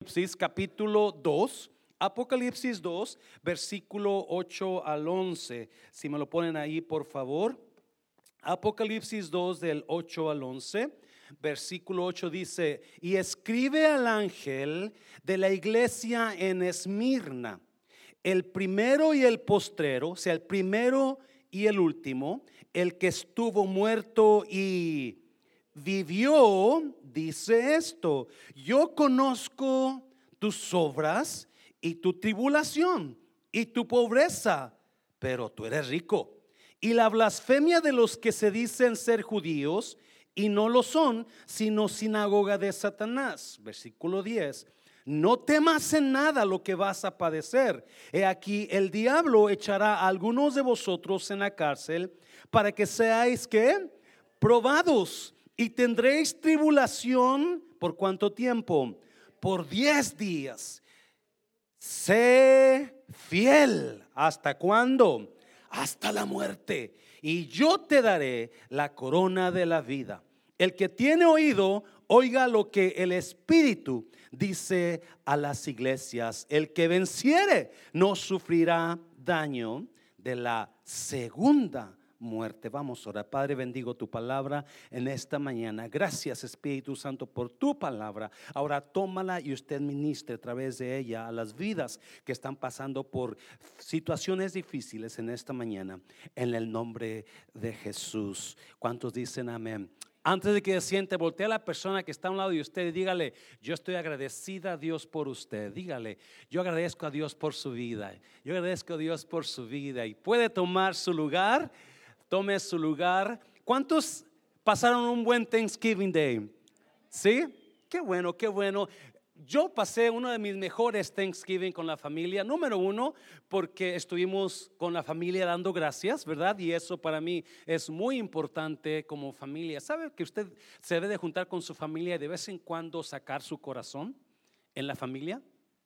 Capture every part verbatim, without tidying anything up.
Apocalipsis capítulo dos. Apocalipsis dos, versículo ocho al once. Si me lo ponen ahí, por favor. Apocalipsis dos, del ocho al once. Versículo ocho dice: y escribe al ángel de la iglesia en Esmirna, el primero y el postrero, o sea, el primero y el último, el que estuvo muerto y vivió, dice esto: yo conozco tus obras y tu tribulación y tu pobreza, pero tú eres rico, y la blasfemia de los que se dicen ser judíos y no lo son, sino sinagoga de Satanás. Versículo diez: no temas en nada lo que vas a padecer. He aquí, el diablo echará a algunos de vosotros en la cárcel para que seáis ¿qué? Probados, y tendréis tribulación. ¿Por cuánto tiempo? Por diez días. Sé fiel. ¿Hasta cuándo? Hasta la muerte, y yo te daré la corona de la vida. El que tiene oído, oiga lo que el Espíritu dice a las iglesias. El que venciere no sufrirá daño de la segunda muerte. Vamos a orar. Padre, bendigo tu palabra en esta mañana. Gracias, Espíritu Santo, por tu palabra. Ahora tómala y usted ministre a través de ella a las vidas que están pasando por situaciones difíciles en esta mañana, en el nombre de Jesús. ¿Cuántos dicen amén? Antes de que se siente, voltea a la persona que está a un lado de usted y dígale: yo estoy agradecida a Dios por usted. Dígale: yo agradezco a Dios por su vida. Yo agradezco a Dios por su vida. Y puede tomar su lugar. Tome su lugar. ¿Cuántos pasaron un buen Thanksgiving Day? ¿Sí? Qué bueno, qué bueno. Yo pasé uno de mis mejores Thanksgiving con la familia. Número uno, porque estuvimos con la familia dando gracias, ¿verdad? Y eso para mí es muy importante como familia. ¿Sabe que usted se debe de juntar con su familia y de vez en cuando sacar su corazón en la familia?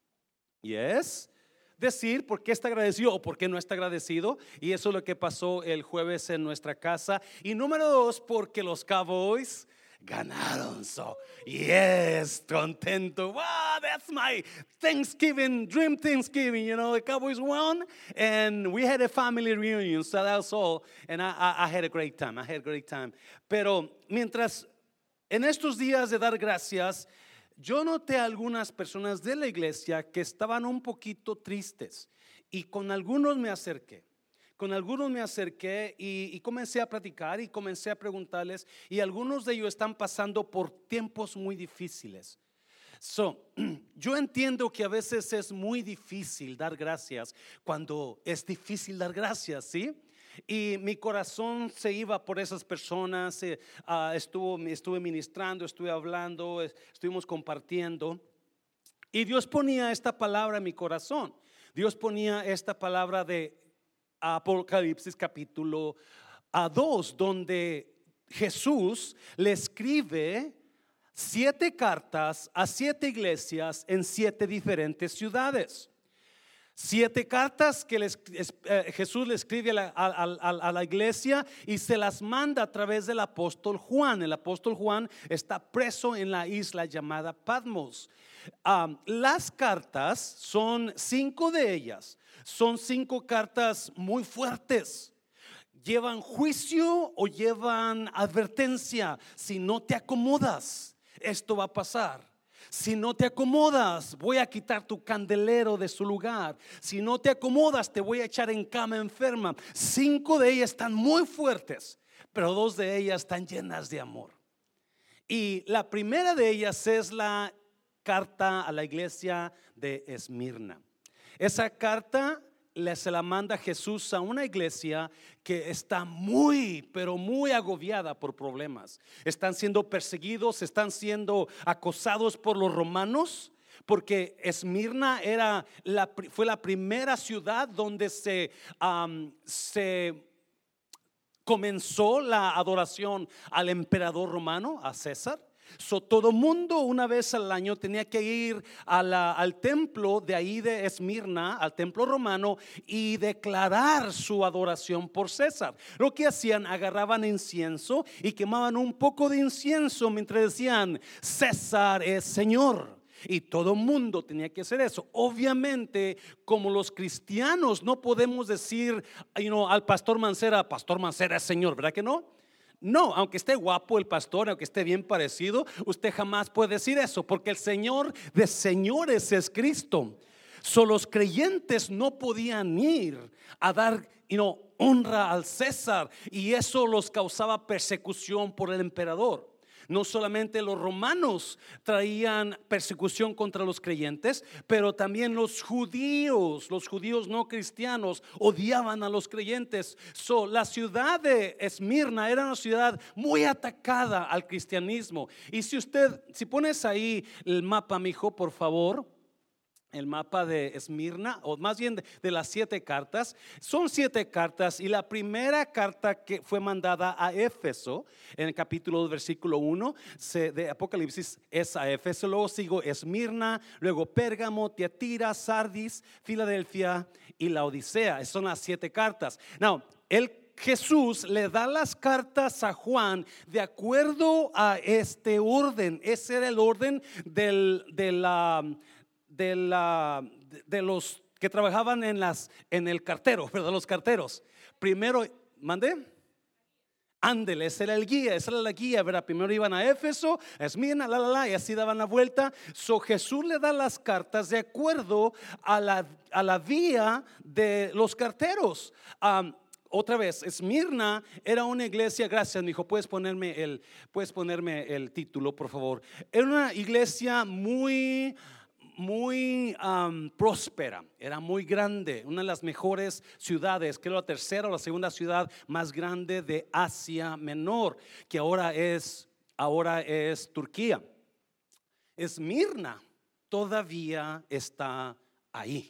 Yes. Decir por qué está agradecido o por qué no está agradecido. Y eso es lo que pasó el jueves en nuestra casa. Y número dos, porque los Cowboys ganaron. So, yes, contento. Wow, that's my Thanksgiving, dream Thanksgiving. You know, the Cowboys won and we had a family reunion. So that's all. And I, I, I had a great time. I had a great time. Pero mientras en estos días de dar gracias, yo noté a algunas personas de la iglesia que estaban un poquito tristes, y con algunos me acerqué. Con algunos me acerqué y, y comencé a platicar y comencé a preguntarles, y algunos de ellos están pasando por tiempos muy difíciles. So, yo entiendo que a veces es muy difícil dar gracias cuando es difícil dar gracias, ¿sí? Y mi corazón se iba por esas personas. eh, uh, estuvo, Estuve ministrando, estuve hablando, estuvimos compartiendo, y Dios ponía esta palabra en mi corazón. Dios ponía esta palabra de Apocalipsis capítulo dos, donde Jesús le escribe siete cartas a siete iglesias en siete diferentes ciudades. Siete cartas que les, eh, Jesús le escribe a la, a, a, a la iglesia y se las manda a través del apóstol Juan. El apóstol Juan está preso en la isla llamada Patmos. Um, las cartas son cinco de ellas. Son cinco cartas muy fuertes. Llevan juicio o llevan advertencia. Si no te acomodas, esto va a pasar. Si no te acomodas, voy a quitar tu candelero de su lugar. Si no te acomodas, te voy a echar en cama enferma. Cinco de ellas están muy fuertes, pero dos de ellas están llenas de amor. Y la primera de ellas es la carta a la iglesia de Esmirna. Esa carta se la manda Jesús a una iglesia que está muy, pero muy agobiada por problemas. Están siendo perseguidos, están siendo acosados por los romanos, porque Esmirna era la, fue la primera ciudad donde se, um, se comenzó la adoración al emperador romano, a César. So, todo mundo una vez al año tenía que ir a la, al templo de ahí de Esmirna, al templo romano, y declarar su adoración por César. Lo que hacían, agarraban incienso y quemaban un poco de incienso mientras decían: César es Señor. y todo mundo tenía que hacer eso. Obviamente, como los cristianos no podemos decir, you know, al pastor Mancera, pastor Mancera es Señor, ¿verdad que no? No, aunque esté guapo el pastor, aunque esté bien parecido, usted jamás puede decir eso, porque el Señor de señores es Cristo. So, los creyentes no podían ir a dar, you know, honra al César, y eso los causaba persecución por el emperador. No solamente los romanos traían persecución contra los creyentes, pero también los judíos, los judíos no cristianos odiaban a los creyentes. So, la ciudad de Esmirna era una ciudad muy atacada al cristianismo. Y si usted, si pones ahí el mapa, mijo, por favor, el mapa de Esmirna, o más bien de, de las siete cartas. Son siete cartas, y la primera carta que fue mandada a Éfeso, en el capítulo dos, versículo uno se, de Apocalipsis, es a Éfeso. Luego sigo Esmirna, luego Pérgamo, Tiatira, Sardis, Filadelfia y la Odisea. Esas son las siete cartas. Now, el Jesús le da las cartas a Juan de acuerdo a este orden. Ese era el orden del, de la de, la, de los que trabajaban en, las, en el cartero, ¿verdad? Los carteros. Primero, ¿mandé? Ándele, ese era el guía, esa era la guía, ¿verdad? Primero iban a Éfeso, a Esmirna, la, la, la, y así daban la vuelta. So, Jesús le da las cartas de acuerdo a la, a la vía de los carteros. Um, Otra vez, Esmirna era una iglesia, gracias, mi hijo, puedes ponerme el, puedes ponerme el título, por favor. Era una iglesia muy... muy um, próspera, era muy grande, una de las mejores ciudades, creo la tercera o la segunda ciudad más grande de Asia Menor, que ahora es, ahora es Turquía. Esmirna todavía está ahí.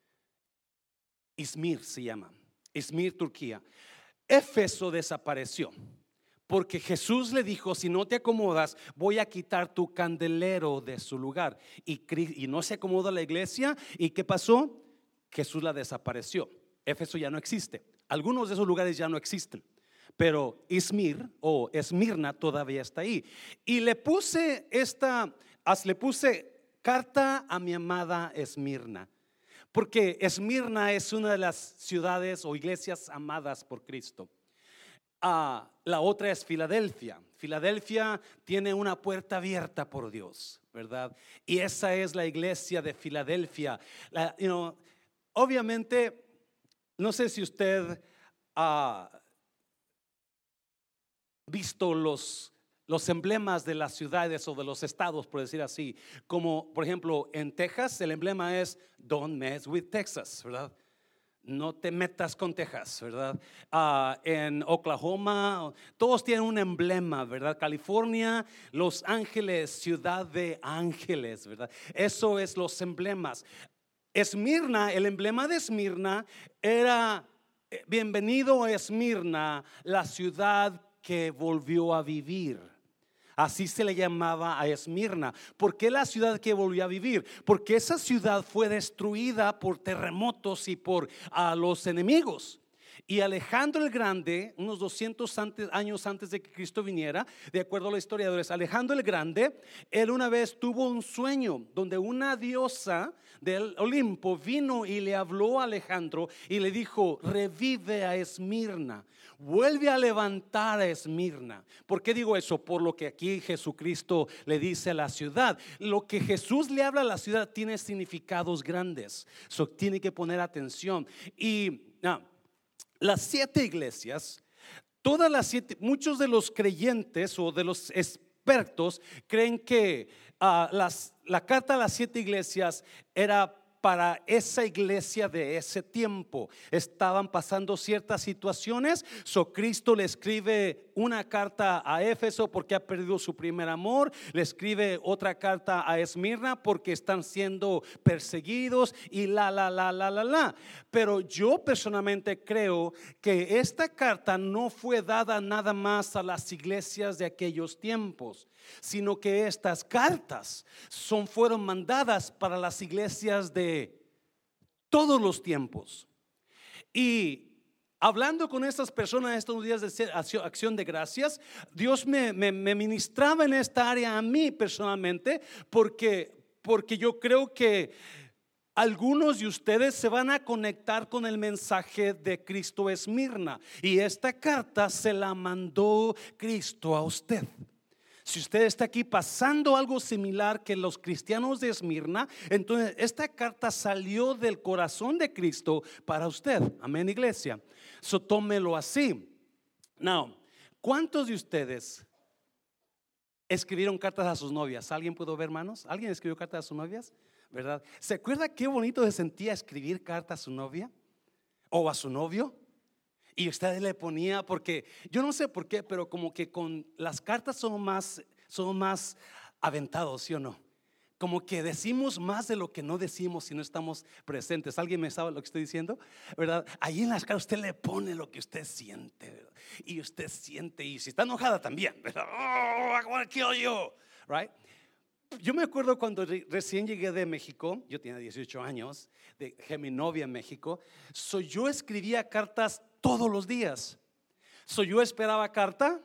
Izmir se llama, Izmir, Turquía. Éfeso desapareció, porque Jesús le dijo: si no te acomodas, voy a quitar tu candelero de su lugar. Y, y no se acomoda la iglesia. ¿Y qué pasó? Jesús la desapareció. Éfeso ya no existe. Algunos de esos lugares ya no existen, pero Izmir o Esmirna todavía está ahí. Y le puse esta, le puse carta a mi amada Esmirna, porque Esmirna es una de las ciudades o iglesias amadas por Cristo. Ah, la otra es Filadelfia. Filadelfia tiene una puerta abierta por Dios, ¿verdad? Y esa es la iglesia de Filadelfia. La, you know, obviamente, no sé si usted ha visto los, los emblemas de las ciudades o de los estados, por decir así. Como por ejemplo en Texas, el emblema es Don't mess with Texas, ¿verdad? No te metas con Texas, ¿verdad? Uh, en Oklahoma, todos tienen un emblema, ¿verdad? California, Los Ángeles, ciudad de ángeles, ¿verdad? Eso es los emblemas. Esmirna, el emblema de Esmirna era: bienvenido a Esmirna, la ciudad que volvió a vivir. Así se le llamaba a Esmirna. ¿Por qué la ciudad que volvió a vivir? Porque esa ciudad fue destruida por terremotos y por a los enemigos. Y Alejandro el Grande, unos doscientos antes, años antes de que Cristo viniera, de acuerdo a los historiadores, Alejandro el Grande, él una vez tuvo un sueño donde una diosa del Olimpo vino y le habló a Alejandro y le dijo: revive a Esmirna, vuelve a levantar a Esmirna. ¿Por qué digo eso? Por lo que aquí Jesucristo le dice a la ciudad. Lo que Jesús le habla a la ciudad tiene significados grandes, so, tiene que poner atención. Y no, las siete iglesias, todas las siete, muchos de los creyentes o de los expertos creen que uh, las, la carta a las siete iglesias era para esa iglesia de ese tiempo. Estaban pasando ciertas situaciones. So Cristo le escribe una carta a Éfeso porque ha perdido su primer amor. Le escribe otra carta a Esmirna porque están siendo perseguidos y la la la la la la. Pero yo personalmente creo que esta carta no fue dada nada más a las iglesias de aquellos tiempos, sino que estas cartas son, fueron mandadas para las iglesias de todos los tiempos. Y hablando con estas personas estos días de acción de gracias, Dios me, me, me ministraba en esta área a mí personalmente, porque porque yo creo que algunos de ustedes se van a conectar con el mensaje de Cristo Esmirna, y esta carta se la mandó Cristo a usted. Si usted está aquí pasando algo similar que los cristianos de Esmirna, entonces esta carta salió del corazón de Cristo para usted. Amén, iglesia. So tómelo así. Now, ¿cuántos de ustedes escribieron cartas a sus novias? ¿Alguien pudo ver manos? ¿Alguien escribió cartas a sus novias? ¿Verdad? ¿Se acuerda qué bonito se sentía escribir cartas a su novia o a su novio? Y usted le ponía, porque yo no sé por qué, pero como que con las cartas son más, son más aventados, ¿sí o no? Como que decimos más de lo que no decimos si no estamos presentes. ¿Alguien me sabe lo que estoy diciendo? ¿Verdad? Ahí en las cartas usted le pone lo que usted siente, ¿verdad? Y usted siente, y si está enojada también, ¿verdad? Oh, I want to kill you, right? Yo me acuerdo cuando re- recién llegué de México, yo tenía dieciocho años, dejé mi novia en México. So yo escribía cartas todos los días. So yo esperaba carta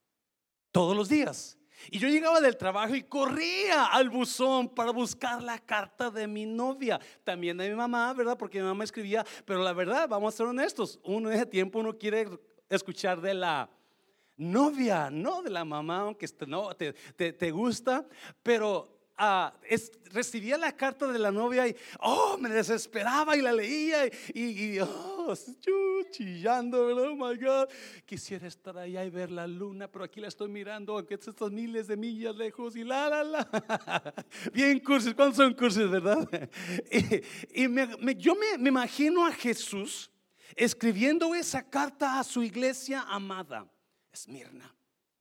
todos los días. Y yo llegaba del trabajo y corría al buzón para buscar la carta de mi novia, también de mi mamá, ¿verdad? Porque mi mamá escribía. Pero la verdad, vamos a ser honestos, uno en ese tiempo uno quiere escuchar de la novia, no de la mamá, aunque no, te, te, te gusta. Pero uh, es, recibía la carta de la novia y oh, me desesperaba y la leía y, y, y oh, yo chillando, ¿verdad? Oh my God, quisiera estar allá y ver la luna, pero aquí la estoy mirando, aunque estas miles de millas lejos y la la la. Bien cursis, ¿cuántos son cursis, verdad? Y, y me, me, yo me, me imagino a Jesús escribiendo esa carta a su iglesia amada Esmirna,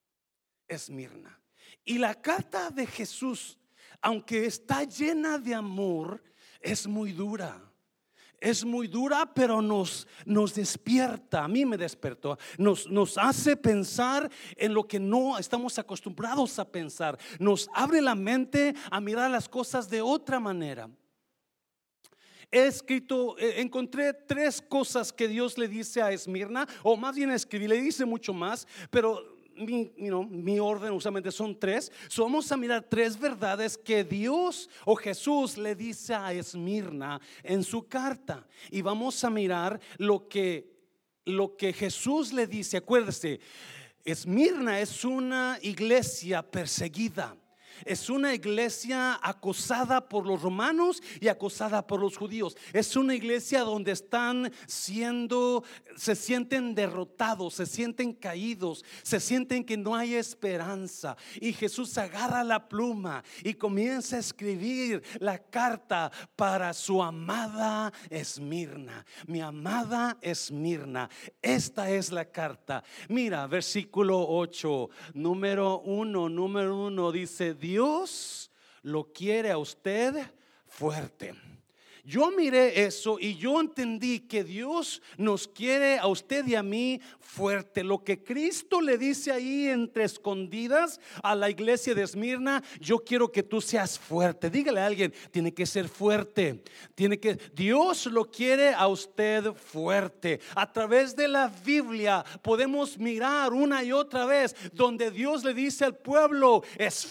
Esmirna. Y la carta de Jesús, aunque está llena de amor, es muy dura. Es muy dura, pero nos, nos despierta. A mí me despertó. Nos, nos hace pensar en lo que no estamos acostumbrados a pensar. Nos abre la mente a mirar las cosas de otra manera. He escrito, encontré tres cosas que Dios le dice a Esmirna, o más bien escribí, le dice mucho más, pero mi, you know, mi orden usualmente son tres. So vamos a mirar tres verdades que Dios o Jesús le dice a Esmirna en su carta, y vamos a mirar lo que, lo que Jesús le dice. Acuérdese, Esmirna es una iglesia perseguida. Es una iglesia acosada por los romanos y acosada por los judíos. Es una iglesia donde están siendo, se sienten derrotados, se sienten caídos, se sienten que no hay esperanza. Y Jesús agarra la pluma y comienza a escribir la carta para su amada Esmirna. Mi amada Esmirna, esta es la carta. Mira, versículo ocho, número uno, número uno dice: Dios lo quiere a usted fuerte. Yo miré eso y yo entendí que Dios nos quiere a usted y a mí fuerte. Lo que Cristo le dice ahí entre escondidas a la iglesia de Esmirna: yo quiero que tú seas fuerte. Dígale a alguien, tiene que ser fuerte. Tiene que, Dios lo quiere a usted fuerte. A través de la Biblia podemos mirar una y otra vez donde Dios le dice al pueblo: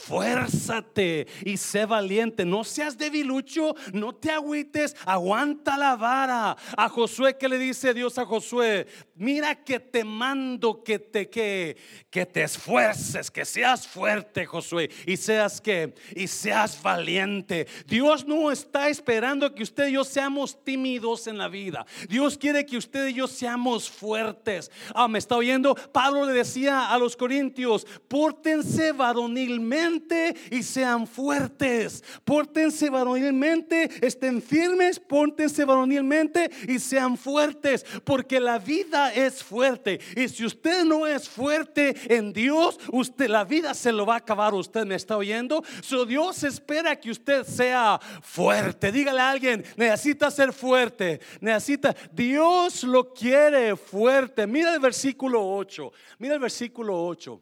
esfuérzate y sé valiente. No seas debilucho, no te agüites. Aguanta la vara. A Josué, ¿qué le dice Dios a Josué? Mira que te mando que te que, que te esfuerces, que seas fuerte, Josué, y seas que y seas valiente. Dios no está esperando que usted y yo seamos tímidos en la vida. Dios quiere que usted y yo seamos fuertes. Ah, ¿me está oyendo? Pablo le decía a los corintios: pórtense varonilmente y sean fuertes. Pórtense varonilmente, estén firmes. Pórtense varonilmente y sean fuertes, porque la vida es fuerte. Y si usted no es fuerte en Dios, usted, la vida se lo va a acabar. ¿Usted me está oyendo? So Dios espera que usted sea fuerte. Dígale a alguien: necesita ser fuerte. Necesita, Dios lo quiere fuerte. Mira el versículo ocho. Mira el versículo ocho.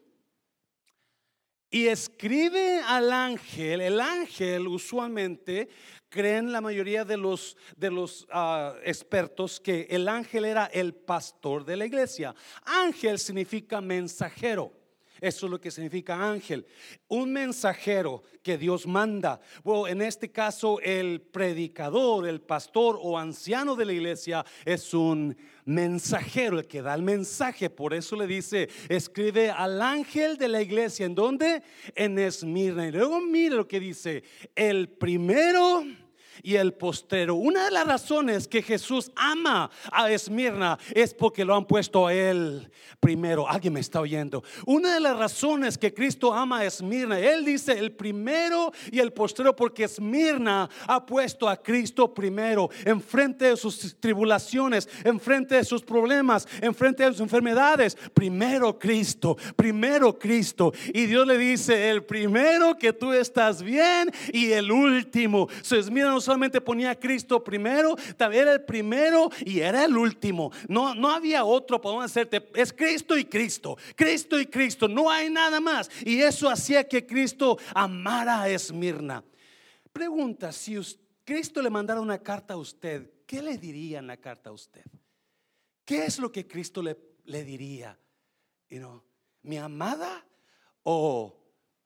Y escribe al ángel. El ángel, usualmente creen la mayoría de los, de los uh, expertos, que el ángel era el pastor de la iglesia. Ángel significa mensajero. Eso es lo que significa ángel, un mensajero que Dios manda. Bueno, en este caso el predicador, el pastor o anciano de la iglesia es un mensajero, el que da el mensaje. Por eso le dice, escribe al ángel de la iglesia. ¿En dónde? En Esmirna. Y luego mire lo que dice, el primero y el postrero. Una de las razones que Jesús ama a Esmirna es porque lo han puesto a él primero. Alguien me está oyendo. Una de las razones que Cristo ama a Esmirna, él dice el primero y el postrero, porque Esmirna ha puesto a Cristo primero, enfrente de sus tribulaciones, enfrente de sus problemas, enfrente de sus enfermedades. Primero Cristo, primero Cristo. Y Dios le dice, el primero, que tú estás bien, y el último. So, Esmirna no solamente ponía a Cristo primero, también era el primero y era el último. No, no había otro para hacerte. Es Cristo y Cristo, Cristo y Cristo. No hay nada más. Y eso hacía que Cristo amara a Esmirna. Pregunta: si usted, Cristo le mandara una carta a usted, ¿qué le diría en la carta a usted? ¿Qué es lo que Cristo le, le diría? You know, mi amada, o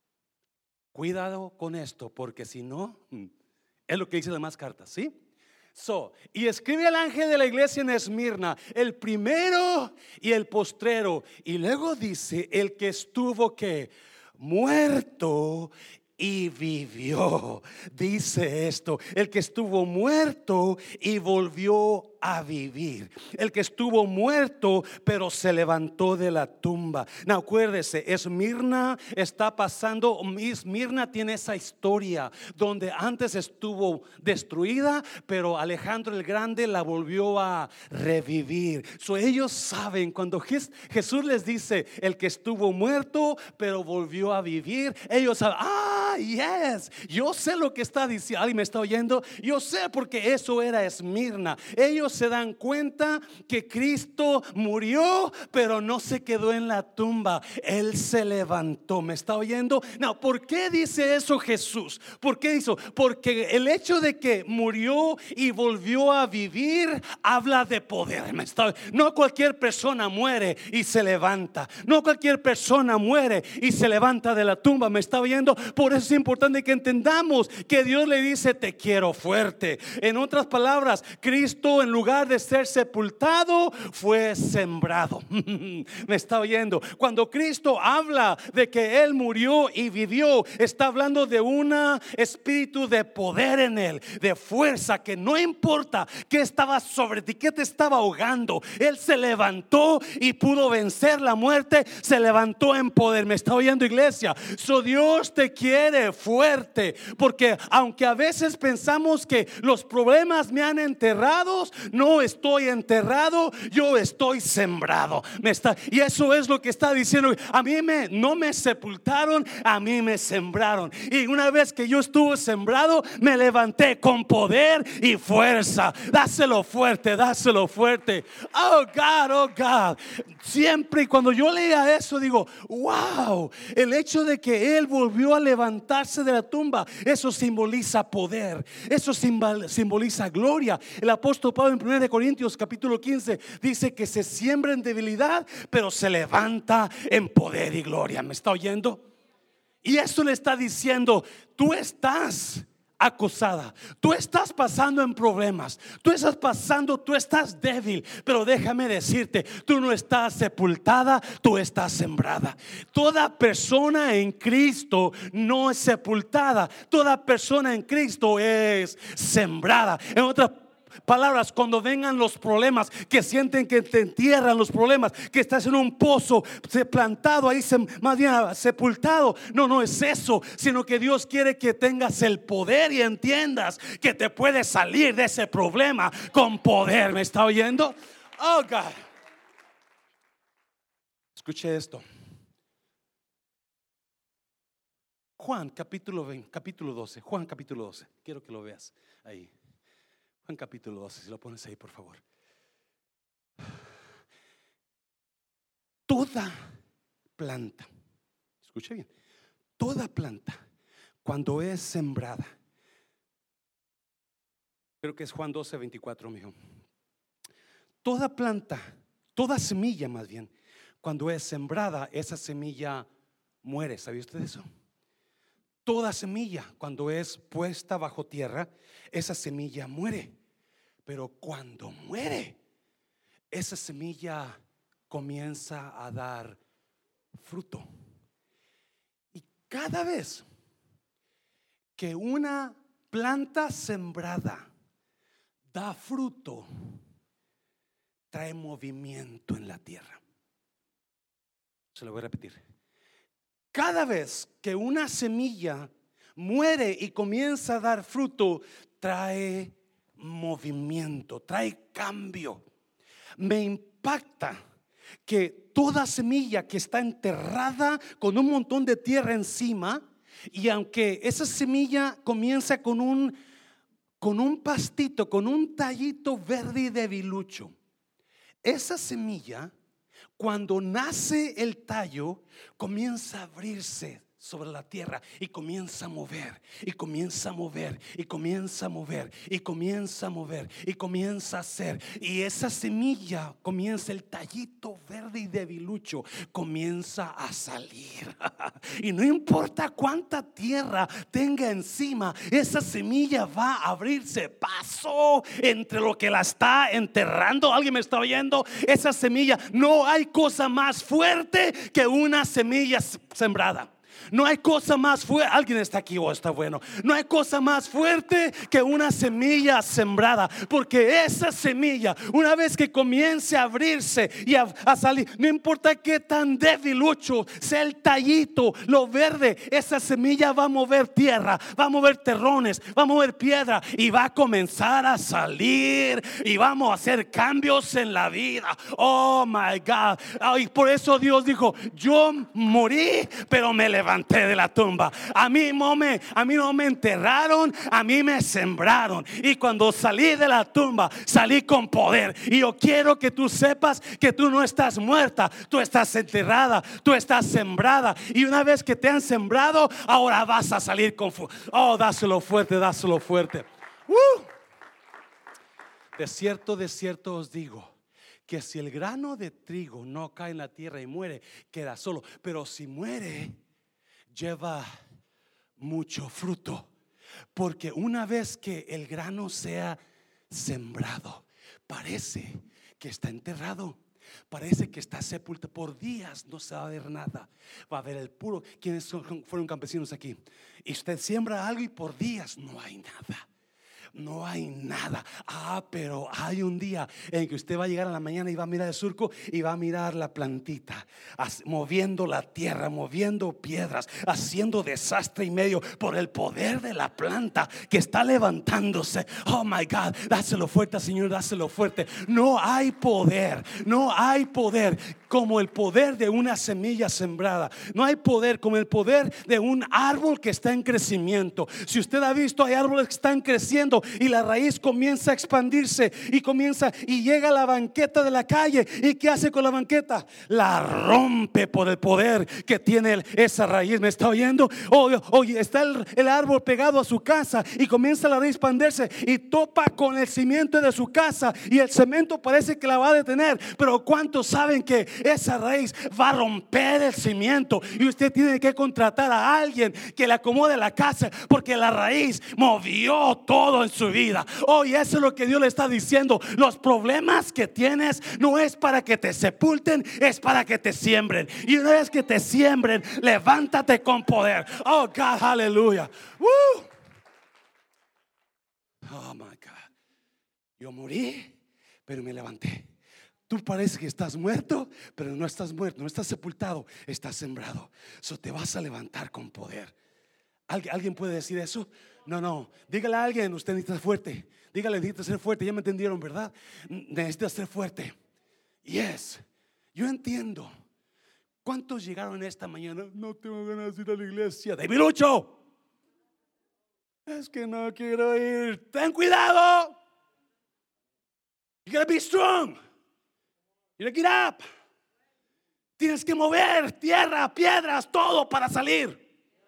cuidado con esto, porque si no, es lo que dice las demás cartas, ¿sí? So, y escribe al ángel de la iglesia en Esmirna, el primero y el postrero. Y luego dice, el que estuvo que muerto y vivió. Dice esto, el que estuvo muerto y volvió a vivir. El que estuvo muerto pero se levantó de la tumba. No, acuérdese, Esmirna está pasando. Esmirna tiene esa historia donde antes estuvo destruida, pero Alejandro el Grande la volvió a revivir. So, ellos saben cuando Jesús les dice el que estuvo muerto pero volvió a vivir, ellos saben, ah, yes, yo sé lo que está diciendo. ¿Alguien me está oyendo? Yo sé, porque eso era Esmirna. Ellos se dan cuenta que Cristo murió, pero no se quedó en la tumba. Él se levantó. ¿Me está oyendo? No, ¿por qué dice eso Jesús? ¿Por qué hizo? Porque el hecho de que murió y volvió a vivir habla de poder. ¿Me está? No cualquier persona muere y se levanta. No cualquier persona muere y se levanta de la tumba. ¿Me está oyendo? Por eso es importante que entendamos que Dios le dice, te quiero fuerte. En otras palabras, Cristo, en lugar de ser sepultado, fue sembrado. ¿Me está oyendo? Cuando Cristo habla de que Él murió y vivió, está hablando de un espíritu de poder en Él, de fuerza, que no importa qué estaba sobre ti, qué te estaba ahogando, Él se levantó y pudo vencer la muerte. Se levantó en poder. ¿Me está oyendo, iglesia? So, Dios te quiere fuerte, porque aunque a veces pensamos que los problemas me han enterrado, no estoy enterrado, yo estoy sembrado. Me está, y eso es lo que está diciendo. A mí me, no me sepultaron, a mí me sembraron. Y una vez que yo estuve sembrado, me levanté con poder y fuerza. Dáselo fuerte, dáselo fuerte. Oh God, oh God. Siempre y cuando yo leía eso, digo, wow, el hecho de que Él volvió a levantarse de la tumba, eso simboliza poder, eso simboliza gloria. El apóstol Pablo en primera de Corintios capítulo quince dice que se siembra en debilidad, pero se levanta en poder y gloria. ¿Me está oyendo? Y eso le está diciendo, tú estás acosada, tú estás pasando en problemas, tú estás pasando, tú estás débil, pero déjame decirte, tú no estás sepultada, tú estás sembrada. Toda persona en Cristo no es sepultada, toda persona en Cristo es sembrada. En otras palabras, cuando vengan los problemas, que sienten que te entierran los problemas, que estás en un pozo plantado ahí, más bien sepultado, no, no es eso, sino que Dios quiere que tengas el poder y entiendas que te puedes salir de ese problema con poder. ¿Me está oyendo? Oh God. Escuche esto. Juan capítulo veinte, capítulo doce. Juan capítulo doce. Quiero que lo veas ahí. Juan capítulo doce, si lo pones ahí, por favor. Toda planta, escuche bien, toda planta cuando es sembrada, creo que es Juan doce veinticuatro, mijo. Toda planta, toda semilla más bien, cuando es sembrada, esa semilla muere. ¿Sabía usted eso? Toda semilla, cuando es puesta bajo tierra, esa semilla muere. Pero cuando muere, esa semilla comienza a dar fruto. Y cada vez que una planta sembrada da fruto, trae movimiento en la tierra. Se lo voy a repetir. Cada vez que una semilla muere y comienza a dar fruto, trae movimiento, trae cambio. Me impacta que toda semilla que está enterrada con un montón de tierra encima, y aunque esa semilla comienza con un con un pastito, con un tallito verde y debilucho, esa semilla, cuando nace el tallo, comienza a abrirse sobre la tierra y comienza a mover y comienza a mover y comienza a mover y comienza a mover y comienza a hacer, y esa semilla comienza, el tallito verde y debilucho comienza a salir y no importa cuánta tierra tenga encima, esa semilla va a abrirse. Pasó entre lo que la está enterrando. ¿Alguien me está oyendo? Esa semilla, no hay cosa más fuerte que una semilla sembrada. No hay cosa más fuerte. Alguien está aquí o oh, está bueno. No hay cosa más fuerte que una semilla sembrada, porque esa semilla, una vez que comience a abrirse y a, a salir, no importa qué tan debilucho sea el tallito, lo verde, esa semilla va a mover tierra, va a mover terrones, va a mover piedra y va a comenzar a salir y vamos a hacer cambios en la vida. Oh my God. Y por eso Dios dijo: yo morí, pero me levanté de la tumba. A mí no me, a mí no me enterraron, a mí me sembraron. Y cuando salí de la tumba, salí con poder. Y yo quiero que tú sepas que tú no estás muerta, tú estás enterrada, tú estás sembrada. Y una vez que te han sembrado, ahora vas a salir con fuerza. Oh, dáselo fuerte, dáselo fuerte. uh. De cierto, de cierto os digo, que si el grano de trigo no cae en la tierra y muere, queda solo. Pero si muere, lleva mucho fruto. Porque una vez que el grano sea sembrado, parece que está enterrado, parece que está sepultado. Por días no se va a ver nada. Va a ver el puro. ¿Quiénes son, fueron campesinos aquí? Y usted siembra algo y por días no hay nada. No hay nada. Ah, pero hay un día en que usted va a llegar a la mañana y va a mirar el surco y va a mirar la plantita moviendo la tierra, moviendo piedras, haciendo desastre y medio por el poder de la planta que está levantándose. Oh my God, dáselo fuerte, Señor, dáselo fuerte. No hay poder, no hay poder como el poder de una semilla sembrada. No hay poder como el poder de un árbol que está en crecimiento. Si usted ha visto, hay árboles que están creciendo y la raíz comienza a expandirse y comienza y llega a la banqueta de la calle. ¿Y qué hace con la banqueta? La rompe por el poder que tiene esa raíz. ¿Me está oyendo? Oye, oye, está el, el árbol pegado a su casa y comienza la raíz a expandirse y topa con el cimiento de su casa y el cemento parece que la va a detener. Pero ¿cuántos saben que esa raíz va a romper el cimiento? Y usted tiene que contratar a alguien que le acomode la casa, porque la raíz movió todo en su vida. Oh, y eso es lo que Dios le está diciendo. Los problemas que tienes no es para que te sepulten, es para que te siembren. Y una vez que te siembren, levántate con poder. Oh God, aleluya. Woo. Oh my God. Yo morí, pero me levanté. Tú parece que estás muerto, pero no estás muerto, no estás sepultado, estás sembrado. So te vas a levantar con poder. ¿Alguien, ¿Alguien puede decir eso? No, no, dígale a alguien: usted necesita ser fuerte. Dígale: necesita ser fuerte. Ya me entendieron, ¿verdad? Necesita ser fuerte. Yes, yo entiendo. ¿Cuántos llegaron esta mañana? No tengo ganas de ir a la iglesia. ¡Debilucho! Es que no quiero ir. Ten cuidado. You gotta be strong. You gotta get up. Tienes que mover tierra, piedras, todo para salir.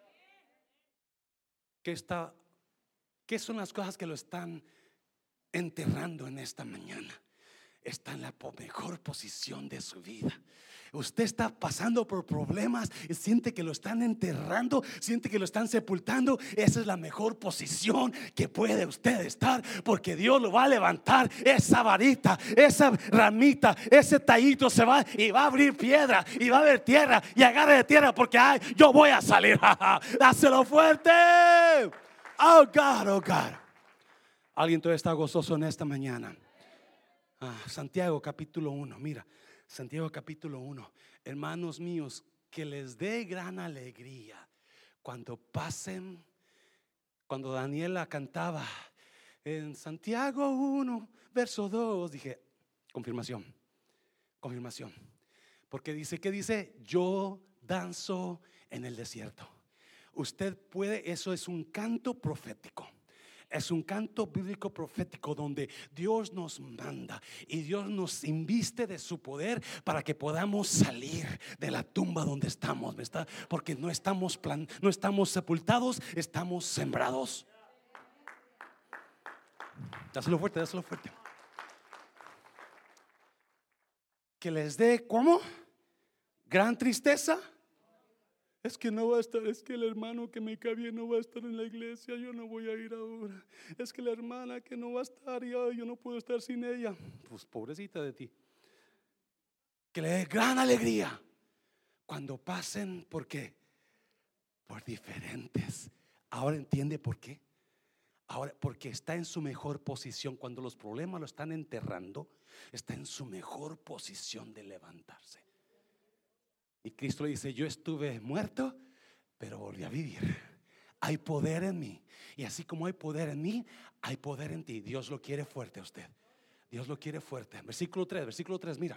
¿Qué está? ¿Qué son las cosas que lo están enterrando en esta mañana? está en la mejor posición de su vida. Usted está pasando por problemas y siente que lo están enterrando, siente que lo están sepultando. Esa es la mejor posición que puede usted estar, porque Dios lo va a levantar. Esa varita, esa ramita, ese tallito se va y va a abrir piedra y va a haber tierra, y agarre de tierra, porque ay, yo voy a salir. Dáselo fuerte. Oh God, oh God. Alguien todavía está gozoso en esta mañana. Ah, Santiago capítulo uno, mira, Santiago capítulo uno. Hermanos míos, que les dé gran alegría cuando pasen, cuando Daniela cantaba en Santiago uno, verso dos, dije, confirmación, confirmación. Porque dice, ¿qué dice? Yo danzo en el desierto. Usted puede, eso es un canto profético. Es un canto bíblico profético donde Dios nos manda y Dios nos inviste de su poder para que podamos salir de la tumba donde estamos, ¿verdad? Porque no estamos plan, no estamos sepultados, estamos sembrados. Dáselo fuerte, dáselo fuerte. Que les dé, ¿cómo? Gran tristeza. Es que no va a estar, es que el hermano que me cae bien no va a estar en la iglesia, yo no voy a ir ahora. Es que la hermana que no va a estar, yo, yo no puedo estar sin ella. Pues pobrecita de ti. Que le dé gran alegría cuando pasen, ¿por qué? Por diferentes. Ahora entiende por qué. Ahora, porque está en su mejor posición. Cuando los problemas lo están enterrando, está en su mejor posición de levantarse. Y Cristo le dice, yo estuve muerto, pero volví a vivir. Hay poder en mí. Y así como hay poder en mí, hay poder en ti. Dios lo quiere fuerte a usted. Dios lo quiere fuerte. Versículo tres, versículo tres, mira.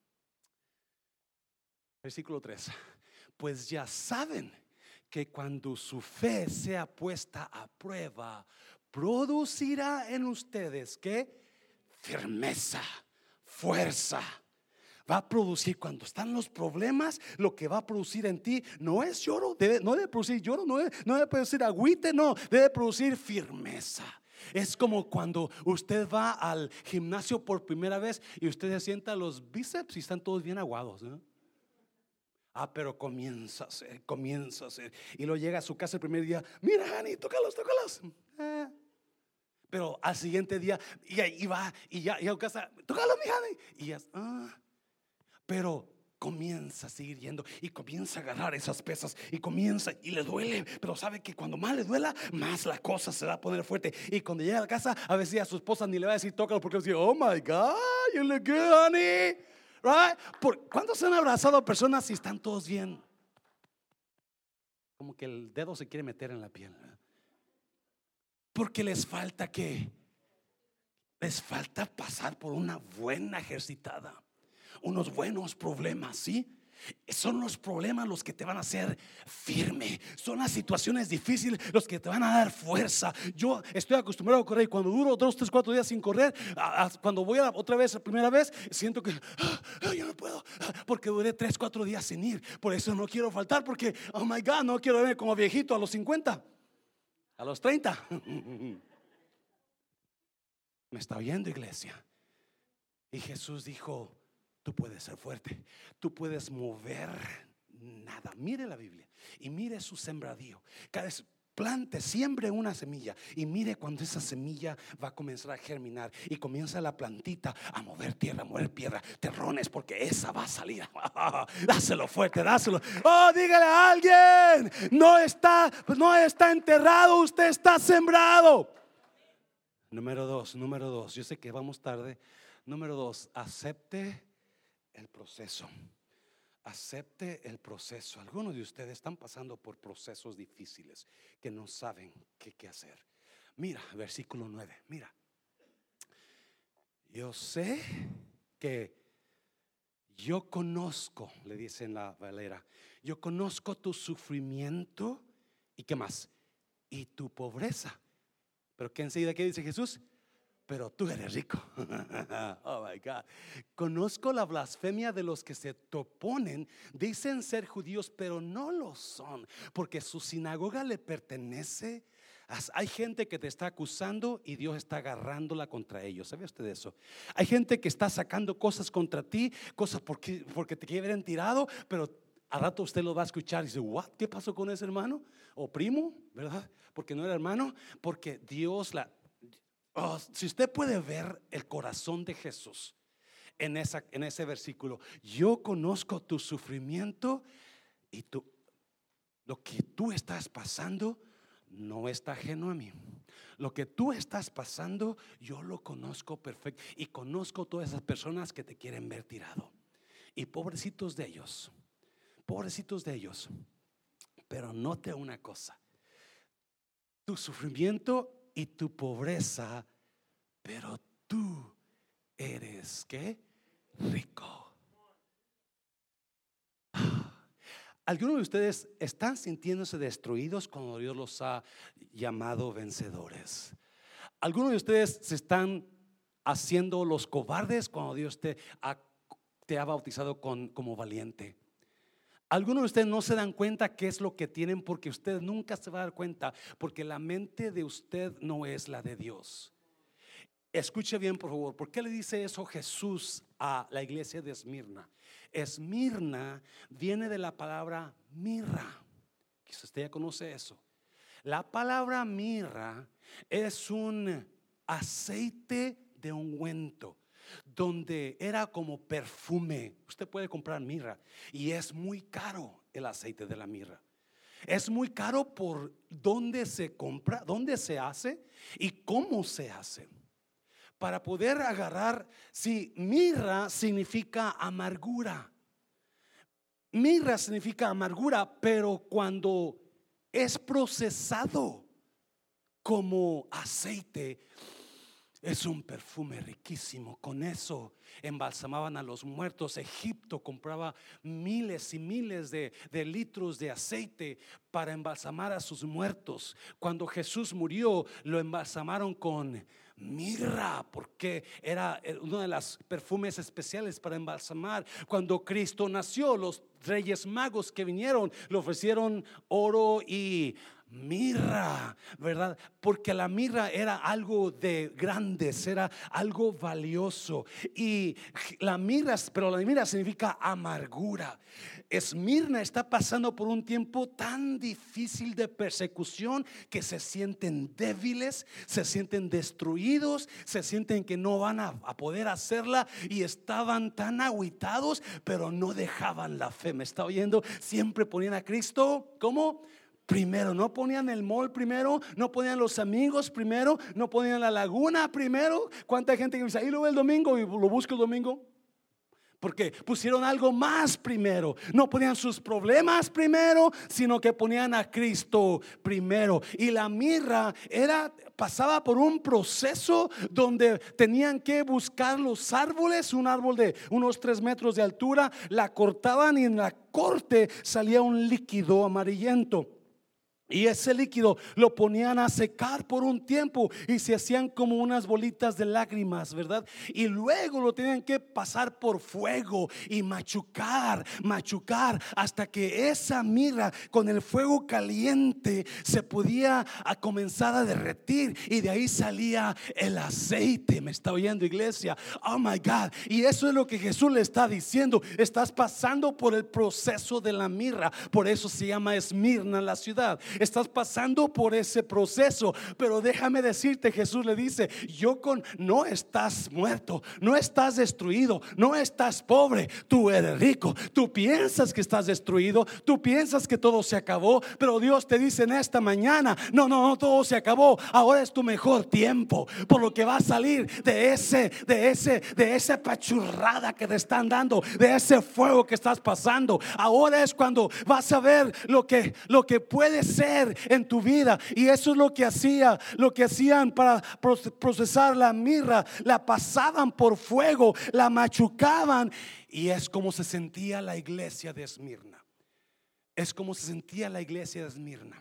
Versículo tres. Pues ya saben que cuando su fe sea puesta a prueba, producirá en ustedes, ¿qué? Firmeza, fuerza. Va a producir, cuando están los problemas, lo que va a producir en ti no es lloro, debe, no debe producir lloro, no debe, no debe producir agüite, no, debe producir firmeza. Es como cuando usted va al gimnasio por primera vez y usted se sienta los bíceps y están todos bien aguados, ¿no? Ah, pero comienza a hacer, comienza a hacer. Y luego llega a su casa el primer día, mira, Hani, tócalos, tócalos. Eh. Pero al siguiente día, y, y va, y ya, y a su casa, tócalos, mi Hani. Y ya, ah. Pero comienza a seguir yendo y comienza a agarrar esas pesas y comienza y le duele, pero sabe que cuando más le duela, más la cosa se va a poner fuerte. Y cuando llega a la casa, a veces a su esposa ni le va a decir tócalo, porque va a decir, oh my God, you look good, honey. Right? ¿Por cuántos se han abrazado a personas y están todos bien? Como que el dedo se quiere meter en la piel, ¿verdad? Porque les falta que les falta pasar por una buena ejercitada, unos buenos problemas, ¿sí? Son los problemas los que te van a hacer firme. Son las situaciones difíciles los que te van a dar fuerza. Yo estoy acostumbrado a correr y cuando duro dos, tres, cuatro días sin correr, a, a, cuando voy a otra vez, la primera vez, siento que ah, yo no puedo, porque duré tres, cuatro días sin ir. Por eso no quiero faltar, porque oh my God, no quiero verme como viejito a los cincuenta, a los treinta. Me está oyendo, iglesia. Y Jesús dijo, tú puedes ser fuerte, tú puedes mover nada. Mire la Biblia y mire su sembradío. Cada vez plante, siembre una semilla y mire cuando esa semilla va a comenzar a germinar y comienza la plantita a mover tierra, a mover piedra, terrones, porque esa va a salir. Dáselo fuerte, dáselo. Oh, dígale a alguien, no está, pues no está enterrado, usted está sembrado. Número dos, número dos. Yo sé que vamos tarde. Número dos, acepte el proceso. Acepte el proceso. Algunos de ustedes están pasando por procesos difíciles que no saben qué, qué hacer. Mira, versículo nueve. Mira, yo sé que yo conozco, le dice en la Valera, yo conozco tu sufrimiento y qué más, y tu pobreza. Pero que enseguida, ¿qué dice Jesús? Pero tú eres rico. Oh my God. Conozco la blasfemia de los que se te oponen. Dicen ser judíos, pero no lo son, porque su sinagoga le pertenece Hay gente que te está acusando y Dios está agarrándola contra ellos. ¿Sabe usted de eso? Hay gente que está sacando cosas contra ti, cosas porque, porque te quieren tirado, pero al rato usted lo va a escuchar y dice, ¿what? ¿Qué pasó con ese hermano? O primo, ¿verdad? Porque no era hermano, porque Dios la... Oh, si usted puede ver el corazón de Jesús en, esa, en ese versículo, yo conozco tu sufrimiento y tu, lo que tú estás pasando no está ajeno a mí. Lo que tú estás pasando, yo lo conozco perfecto. Y conozco todas esas personas que te quieren ver tirado. Y pobrecitos de ellos, pobrecitos de ellos. Pero note una cosa: tu sufrimiento y tu pobreza, pero tú eres ¿qué? Rico. Algunos de ustedes están sintiéndose destruidos cuando Dios los ha llamado vencedores. Algunos de ustedes se están haciendo los cobardes cuando Dios te ha, te ha bautizado con, como valiente. Algunos de ustedes no se dan cuenta qué es lo que tienen, porque usted nunca se va a dar cuenta, porque la mente de usted no es la de Dios. Escuche bien, por favor. ¿Por qué le dice eso Jesús a la iglesia de Esmirna? Esmirna viene de la palabra mirra. Quizás usted ya conoce eso. La palabra mirra es un aceite de ungüento, donde era como perfume. Usted puede comprar mirra y es muy caro el aceite de la mirra. Es muy caro por dónde se compra, dónde se hace y cómo se hace. Para poder agarrar, si mirra significa amargura. Mirra significa amargura, pero cuando es procesado como aceite, es un perfume riquísimo. Con eso embalsamaban a los muertos. Egipto compraba miles y miles de, de litros de aceite para embalsamar a sus muertos. Cuando Jesús murió, lo embalsamaron con mirra, porque era uno de los perfumes especiales para embalsamar. Cuando Cristo nació, los reyes magos que vinieron le ofrecieron oro y mirra, ¿verdad? Porque la mirra era algo de grandes, era algo valioso. Y la mirra, pero la mirra significa amargura. Esmirna está pasando por un tiempo tan difícil de persecución que se sienten débiles, se sienten destruidos, se sienten que no van a, a poder hacerla, y estaban tan agüitados, pero no dejaban la fe. ¿Me está oyendo? Siempre ponían a Cristo ¿cómo? Primero, no ponían el mall primero, no ponían los amigos primero, no ponían la laguna primero. ¿Cuánta gente que dice, ahí lo ve el domingo y lo busco el domingo? Porque pusieron algo más primero. No ponían sus problemas primero, sino que ponían a Cristo primero. Y la mirra era, pasaba por un proceso donde tenían que buscar los árboles, un árbol de unos tres metros de altura, la cortaban y en la corte salía un líquido amarillento. Y ese líquido lo ponían a secar por un tiempo y se hacían como unas bolitas de lágrimas, ¿verdad? Y luego lo tenían que pasar por fuego y machucar, machucar hasta que esa mirra con el fuego caliente se podía a comenzar a derretir, y de ahí salía el aceite. ¿Me está oyendo, iglesia? Oh my God. Y eso es lo que Jesús le está diciendo. Estás pasando por el proceso de la mirra. Por eso se llama Esmirna la ciudad. Estás pasando por ese proceso, pero déjame decirte, Jesús le dice, yo con, no estás muerto, no estás destruido, no estás pobre, tú eres rico. Tú piensas que estás destruido, tú piensas que todo se acabó, pero Dios te dice en esta mañana, no, no, no, todo se acabó. Ahora es tu mejor tiempo, por lo que va a salir de ese, de ese, de esa pachurrada que te están dando, de ese fuego que estás pasando. Ahora es cuando vas a ver lo que, lo que puede ser en tu vida. Y eso es lo que hacía, lo que hacían para procesar la mirra. La pasaban por fuego, la machucaban, y es como se sentía la iglesia de Esmirna. Es como se sentía la iglesia de Esmirna,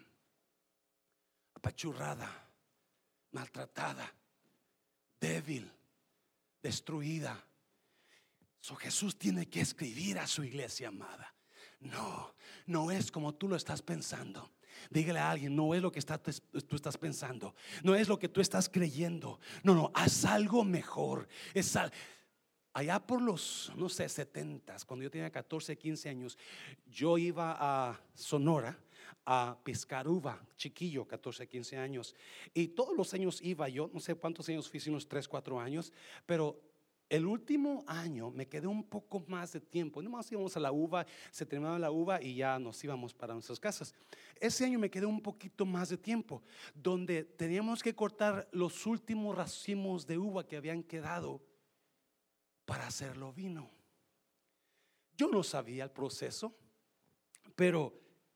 apachurrada, maltratada, débil, destruida. So, Jesús tiene que escribir a su iglesia amada: no, no es como tú lo estás pensando. Dígale a alguien, no es lo que está, tú estás pensando, no es lo que tú estás creyendo. No, no, haz algo mejor. Es al, allá por los, no sé, setentas, cuando yo tenía catorce, quince años, yo iba a Sonora a pescar uva, chiquillo, catorce, quince años. Y todos los años iba yo, no sé cuántos años fui, unos tres, cuatro años. Pero el último año me quedé un poco más de tiempo. Nomás íbamos a la uva, se terminaba la uva y ya nos íbamos para nuestras casas. Ese año me quedé un poquito más de tiempo, donde teníamos que cortar los últimos racimos de uva que habían quedado para hacerlo vino. Yo no sabía el proceso, pero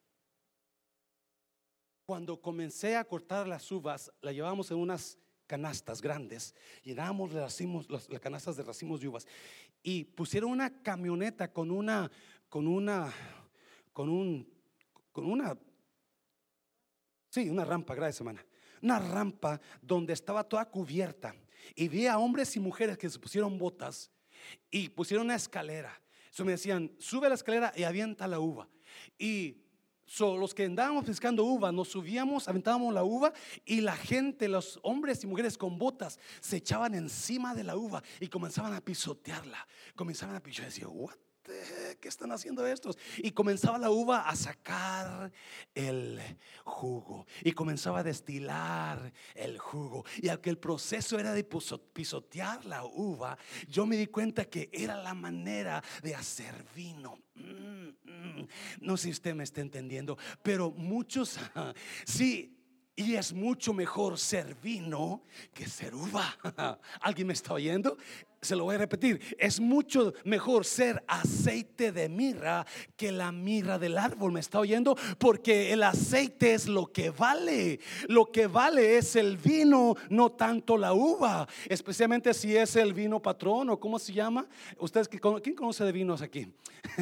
cuando comencé a cortar las uvas, las llevábamos en unas canastas grandes, llenábamos racimos, las, las canastas de racimos de uvas, y pusieron una camioneta con una, con una, con un, con una, sí, una rampa, gracias hermana, una rampa donde estaba toda cubierta, y vi a hombres y mujeres que se pusieron botas y pusieron una escalera. Eso me decían, sube la escalera y avienta la uva. Y So, los que andábamos pescando uva, nos subíamos, aventábamos la uva, y la gente, los hombres y mujeres con botas, se echaban encima de la uva y comenzaban a pisotearla. Comenzaban a pisotear y decían, what the heck, ¿qué están haciendo estos? Y comenzaba la uva a sacar el jugo, y comenzaba a destilar el jugo. Y aunque el proceso era de pisotear la uva, yo me di cuenta que era la manera de hacer vino. Mm, mm. No sé si usted me está entendiendo, pero muchos sí. Y es mucho mejor ser vino que ser uva. ¿Alguien me está oyendo? Se lo voy a repetir. Es mucho mejor ser aceite de mirra que la mirra del árbol. ¿Me está oyendo? Porque el aceite es lo que vale. Lo que vale es el vino, no tanto la uva. Especialmente si es el vino patrón, o ¿cómo se llama? Ustedes, ¿quién conoce de vinos aquí?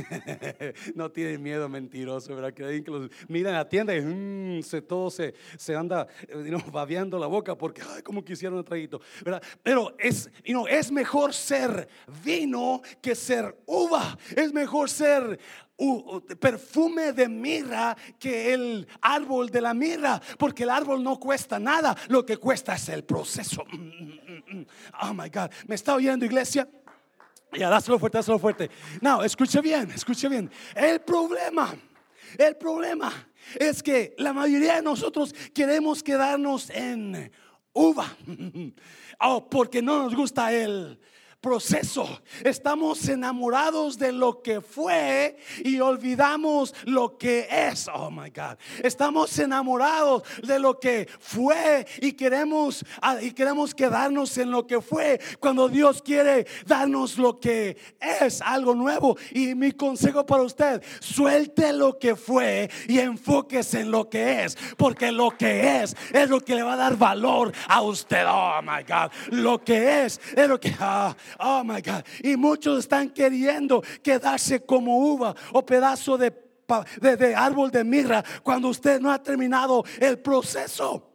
No tienen miedo, mentiroso, ¿verdad? Que los miran a la tienda y mmm, se, todo se, se anda you know, babeando la boca porque ay, como quisieron un traguito, ¿verdad? Pero es, you know, es mejor ser vino que ser uva. Es mejor ser uh, perfume de mirra que el árbol de la mirra, porque el árbol no cuesta nada, lo que cuesta es el proceso. mm, mm, mm. Oh my God, ¿me está oyendo, iglesia? Ya, dáselo fuerte, dáselo fuerte. No, escuche bien, escuche bien. El problema, el problema es que la mayoría de nosotros queremos quedarnos en uva. Oh, porque no nos gusta el proceso. Estamos enamorados de lo que fue y olvidamos lo que es. Oh my God. Estamos enamorados de lo que fue y queremos y queremos quedarnos en lo que fue, cuando Dios quiere darnos lo que es, algo nuevo. Y mi consejo para usted: suelte lo que fue y enfóquese en lo que es, porque lo que es es lo que le va a dar valor a usted. Oh my God. Lo que es es lo que ah, oh my God. Y muchos están queriendo quedarse como uva o pedazo de, de, de árbol de mirra cuando usted no ha terminado el proceso.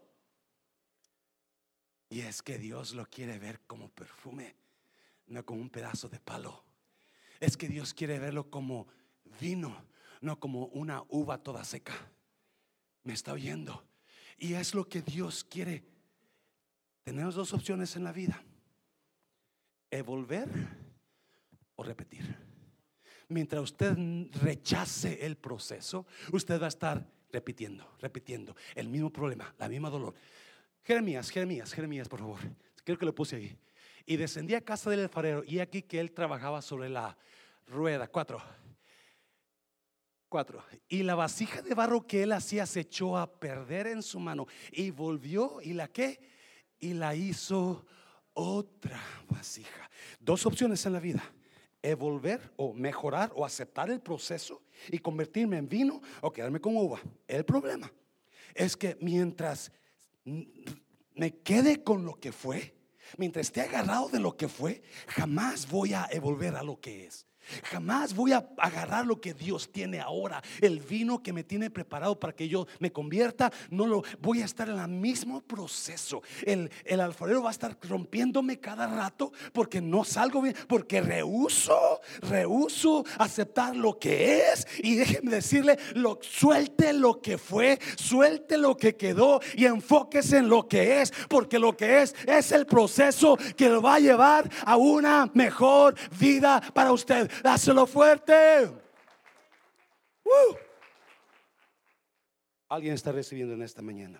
Y es que Dios lo quiere ver como perfume, no como un pedazo de palo. Es que Dios quiere verlo como vino, no como una uva toda seca. ¿Me está oyendo? Y es lo que Dios quiere. Tenemos dos opciones en la vida: volver o repetir. Mientras usted rechace el proceso, usted va a estar repitiendo, repitiendo el mismo problema, la misma dolor. Jeremías, Jeremías, Jeremías, por favor. Creo que lo puse ahí. Y descendí a casa del alfarero, y aquí que él trabajaba sobre la rueda. Cuatro. Cuatro. Y la vasija de barro que él hacía se echó a perder en su mano, y volvió y la que y la hizo otra vasija. Dos opciones en la vida: volver o mejorar o aceptar el proceso y convertirme en vino, o quedarme como uva. El problema es que mientras me quede con lo que fue, mientras esté agarrado de lo que fue, jamás voy a volver a lo que es. Jamás voy a agarrar lo que Dios tiene ahora, el vino que me tiene preparado para que yo me convierta. No lo voy a estar en el mismo proceso. El, el alfarero va a estar rompiéndome cada rato porque no salgo bien, porque rehuso, rehuso aceptar lo que es. Y déjeme decirle, lo, suelte lo que fue, suelte lo que quedó y enfóquese en lo que es, porque lo que es es el proceso que lo va a llevar a una mejor vida para usted. Dáselo fuerte. uh. Alguien está recibiendo en esta mañana.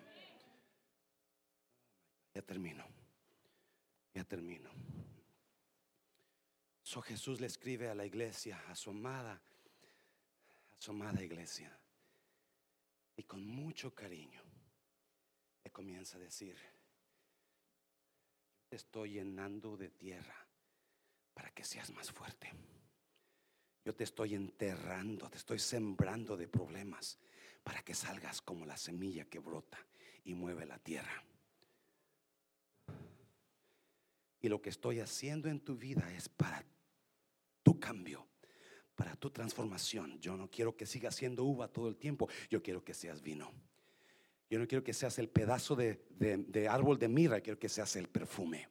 Ya termino, ya termino. So Jesús le escribe a la iglesia, a su amada, a su amada iglesia, y con mucho cariño le comienza a decir: te estoy llenando de tierra para que seas más fuerte. Yo te estoy enterrando, te estoy sembrando de problemas para que salgas como la semilla que brota y mueve la tierra. Y lo que estoy haciendo en tu vida es para tu cambio, para tu transformación. Yo no quiero que sigas siendo uva todo el tiempo. Yo quiero que seas vino. Yo no quiero que seas el pedazo de, de, de árbol de mirra. Quiero que seas el perfume.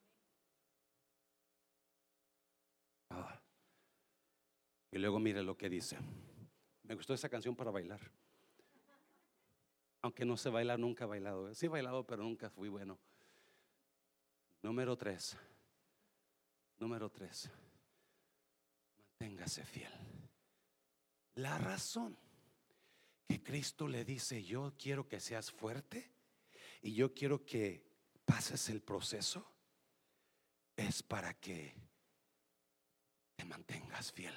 Ah. Y luego mire lo que dice. Me gustó esa canción para bailar. Aunque no sé bailar, nunca he bailado. Sí he bailado, pero nunca fui bueno. Número tres. Número tres. Manténgase fiel. La razón que Cristo le dice: yo quiero que seas fuerte y yo quiero que pases el proceso, es para que te mantengas fiel.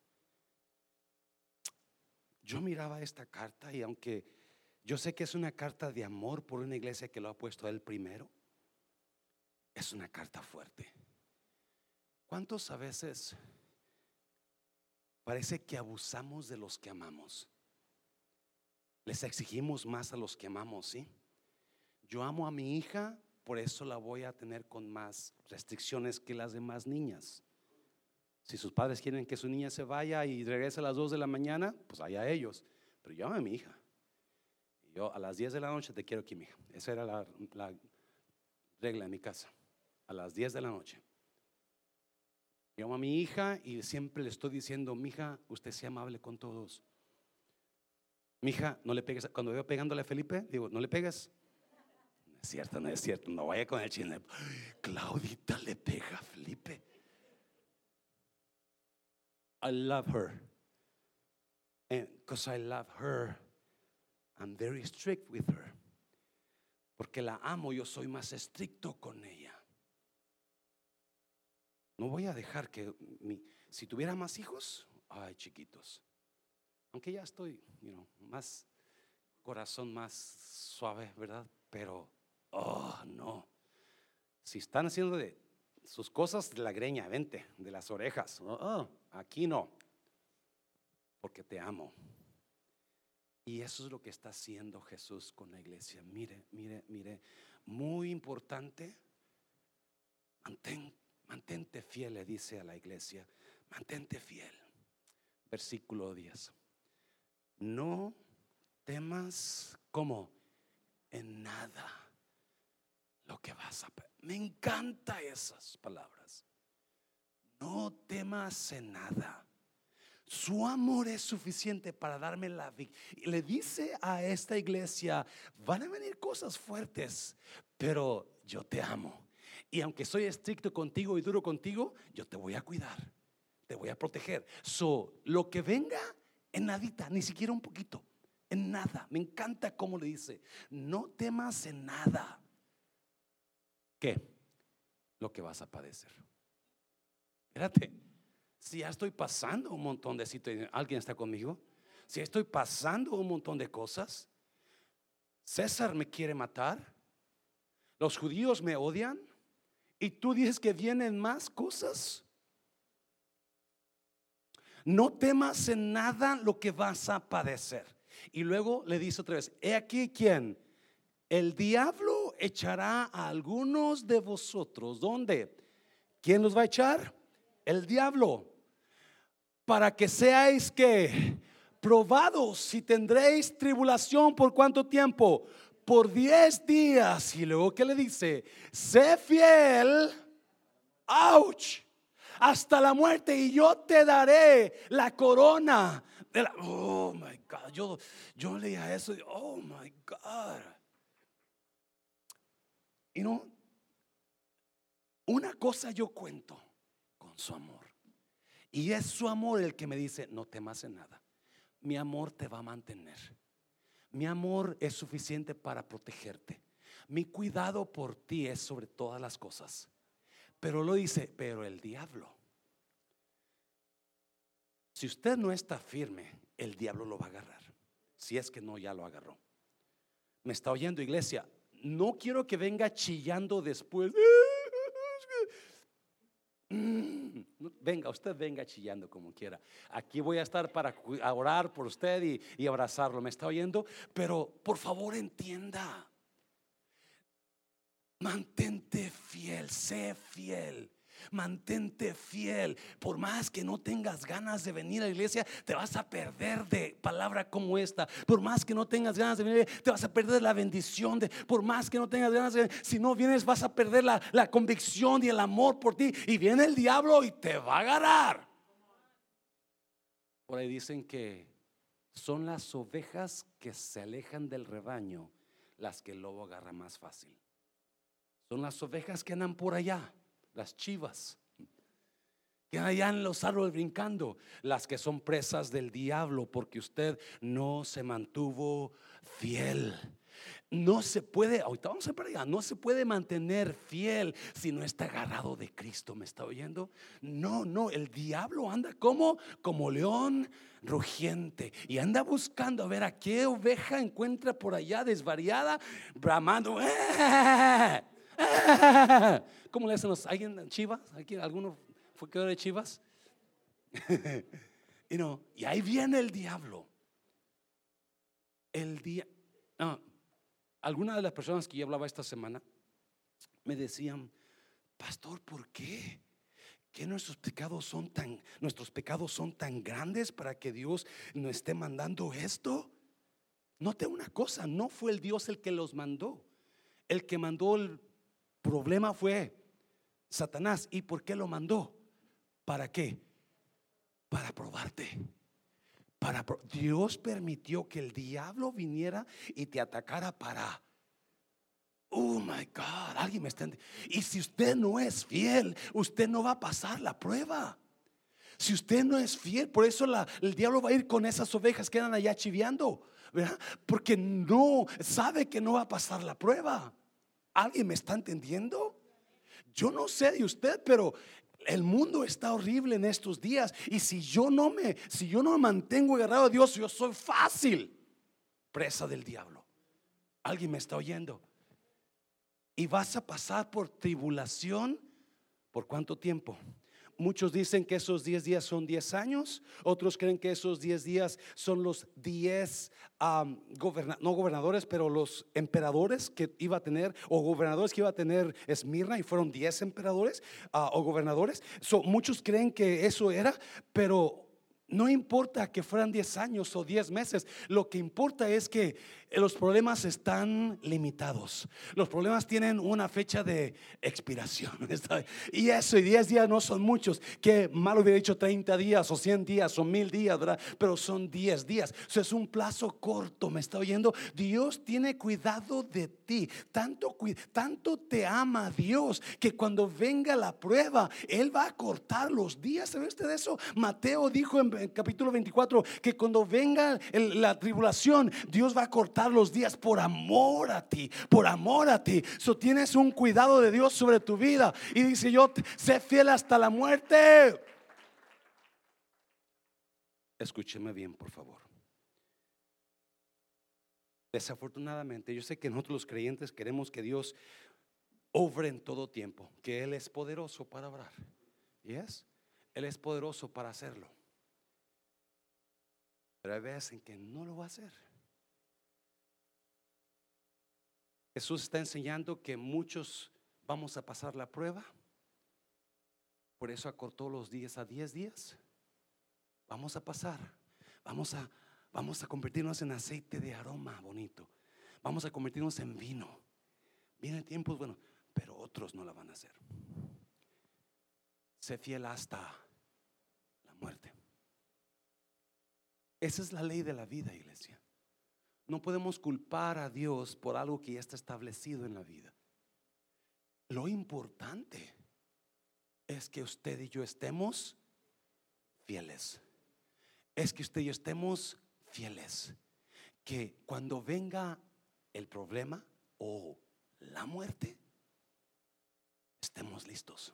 Yo miraba esta carta y aunque yo sé que es una carta de amor por una iglesia que lo ha puesto a él primero, es una carta fuerte. ¿Cuántos a veces parece que abusamos de los que amamos? Les exigimos más a los que amamos, ¿sí? Yo amo a mi hija, por eso la voy a tener con más restricciones que las demás niñas. Si sus padres quieren que su niña se vaya y regrese a las dos de la mañana, pues allá ellos. Pero yo amo a mi hija. Yo a las diez de la noche te quiero aquí, mi hija. Esa era la, la regla en mi casa. A las diez de la noche. Yo amo a mi hija y siempre le estoy diciendo: mi hija, usted sea amable con todos. Mi hija, no le pegues. Cuando veo pegándole a Felipe, digo: no le pegues. No es cierto, no es cierto. No vaya con el chisme. Claudita le pega a Felipe. I love her, and because I love her, I'm very strict with her. Porque la amo, yo soy más estricto con ella. No voy a dejar que mi, si tuviera más hijos, ay, chiquitos, aunque ya estoy, you know, más corazón más suave, ¿verdad? Pero, oh, no. Si están haciendo de sus cosas de la greña, vente, de las orejas, oh, oh, aquí no, porque te amo. Y eso es lo que está haciendo Jesús con la iglesia. Mire, mire, mire, muy importante. Mantén, mantente fiel, le dice a la iglesia, mantente fiel. Versículo diez. No temas, ¿cómo? En nada lo que vas a perder. Me encanta esas palabras. No temas en nada. Su amor es suficiente para darme la vida. Le dice a esta iglesia: van a venir cosas fuertes, pero yo te amo. Y aunque soy estricto contigo y duro contigo, yo te voy a cuidar, te voy a proteger. So, lo que venga, en nadita, ni siquiera un poquito, en nada. Me encanta cómo le dice: no temas en nada. ¿Qué? Lo que vas a padecer. Espérate. Si ya estoy pasando un montón de situaciones, ¿alguien está conmigo? Si estoy pasando un montón de cosas, César me quiere matar, los judíos me odian, y tú dices que vienen más cosas. No temas en nada lo que vas a padecer. Y luego le dice otra vez: he aquí quién, el diablo echará a algunos de vosotros. ¿Dónde? ¿Quién los va a echar? El diablo. para que seáis que probados, y tendréis tribulación. ¿Por cuánto tiempo? Por diez días. Y luego, ¿qué le dice? Sé fiel, ouch, hasta la muerte, y yo te daré la corona de la... Oh my God, yo, yo leía eso y, oh my God. Y no, una cosa yo cuento con su amor, y es su amor el que me dice: no temas en nada, mi amor te va a mantener, mi amor es suficiente para protegerte, mi cuidado por ti es sobre todas las cosas. Pero lo dice, pero el diablo, si usted no está firme, el diablo lo va a agarrar, si es que no ya lo agarró. ¿Me está oyendo, iglesia? No quiero que venga chillando después. Venga, usted venga chillando como quiera. Aquí voy a estar para orar por usted y, y abrazarlo. ¿Me está oyendo? Pero por favor entienda, mantente fiel, sé fiel. Mantente fiel. Por más que no tengas ganas de venir a la iglesia, te vas a perder de palabra como esta. Por más que no tengas ganas de venir, te vas a perder la bendición de, por más que no tengas ganas de, si no vienes vas a perder la, la convicción y el amor por ti. Y viene el diablo y te va a agarrar. Por ahí dicen que son las ovejas que se alejan del rebaño las que el lobo agarra más fácil. Son las ovejas que andan por allá, las chivas que allá en los árboles brincando, las que son presas del diablo, porque usted no se mantuvo fiel. No se puede, ahorita vamos a para allá, no se puede mantener fiel si no está agarrado de Cristo. ¿Me está oyendo? No, no, el diablo anda como, como león rugiente y anda buscando a ver a qué oveja encuentra por allá desvariada, bramando. ¡Ah! ¡Ah! ¿Cómo le hacen los, alguien chivas? ¿Aquí alguno fue que de chivas? y no, y ahí viene el diablo. El día, no, algunas de las personas que yo hablaba esta semana me decían: pastor, ¿por qué? ¿Que nuestros pecados son tan, nuestros pecados son tan grandes para que Dios nos esté mandando esto? Note una cosa, no fue el Dios el que los mandó. El que mandó el problema fue Satanás. ¿Y por qué lo mandó? ¿Para qué? Para probarte. Para pro- Dios permitió que el diablo viniera y te atacara para, oh my God, alguien me está entendiendo. Y si usted no es fiel, usted no va a pasar la prueba. Si usted no es fiel, por eso la, el diablo va a ir con esas ovejas que andan allá chiviando, ¿verdad? Porque no sabe que no va a pasar la prueba. ¿Alguien me está entendiendo? Yo no sé de usted, pero el mundo está horrible en estos días. Y si yo no me, si yo no me mantengo agarrado a Dios, yo soy fácil presa del diablo. ¿Alguien me está oyendo? Y vas a pasar por tribulación. ¿Por cuánto tiempo? Muchos dicen que esos diez días son diez años. Otros creen que esos diez días son los diez um, goberna, no gobernadores, pero los emperadores que iba a tener, o gobernadores que iba a tener Esmirna, y fueron diez emperadores uh, o gobernadores. So, muchos creen que eso era, pero no importa que fueran diez años o diez meses. Lo que importa es que los problemas están limitados. Los problemas tienen una fecha de expiración. Y eso, y diez días no son muchos. Que mal hubiera dicho treinta días o cien días o mil días, ¿verdad? Pero son diez días. Eso es un plazo corto. ¿Me está oyendo? Dios tiene cuidado de ti. Tanto, tanto te ama Dios que cuando venga la prueba, Él va a cortar los días. ¿Sabe usted de eso? Mateo dijo en capítulo veinticuatro que cuando venga el, la tribulación, Dios va a cortar los días por amor a ti, por amor a ti. So, tienes un cuidado de Dios sobre tu vida. Y dice: yo sé fiel hasta la muerte. Escúcheme bien, por favor. Desafortunadamente, yo sé que nosotros los creyentes queremos que Dios obre en todo tiempo, que Él es poderoso para obrar. Yes, Él es poderoso para hacerlo. Pero hay veces en que no lo va a hacer. Jesús está enseñando que muchos vamos a pasar la prueba. Por eso acortó los días a diez días. vamos a pasar, vamos a, vamos a convertirnos en aceite de aroma bonito, vamos a convertirnos en vino. Vienen tiempos buenos, pero otros no la van a hacer. Sé fiel hasta la muerte. Esa es la ley de la vida, iglesia. No podemos culpar a Dios por algo que ya está establecido en la vida. Lo importante es que usted y yo estemos fieles. Es que usted y yo estemos fieles. Que cuando venga el problema o la muerte, estemos listos.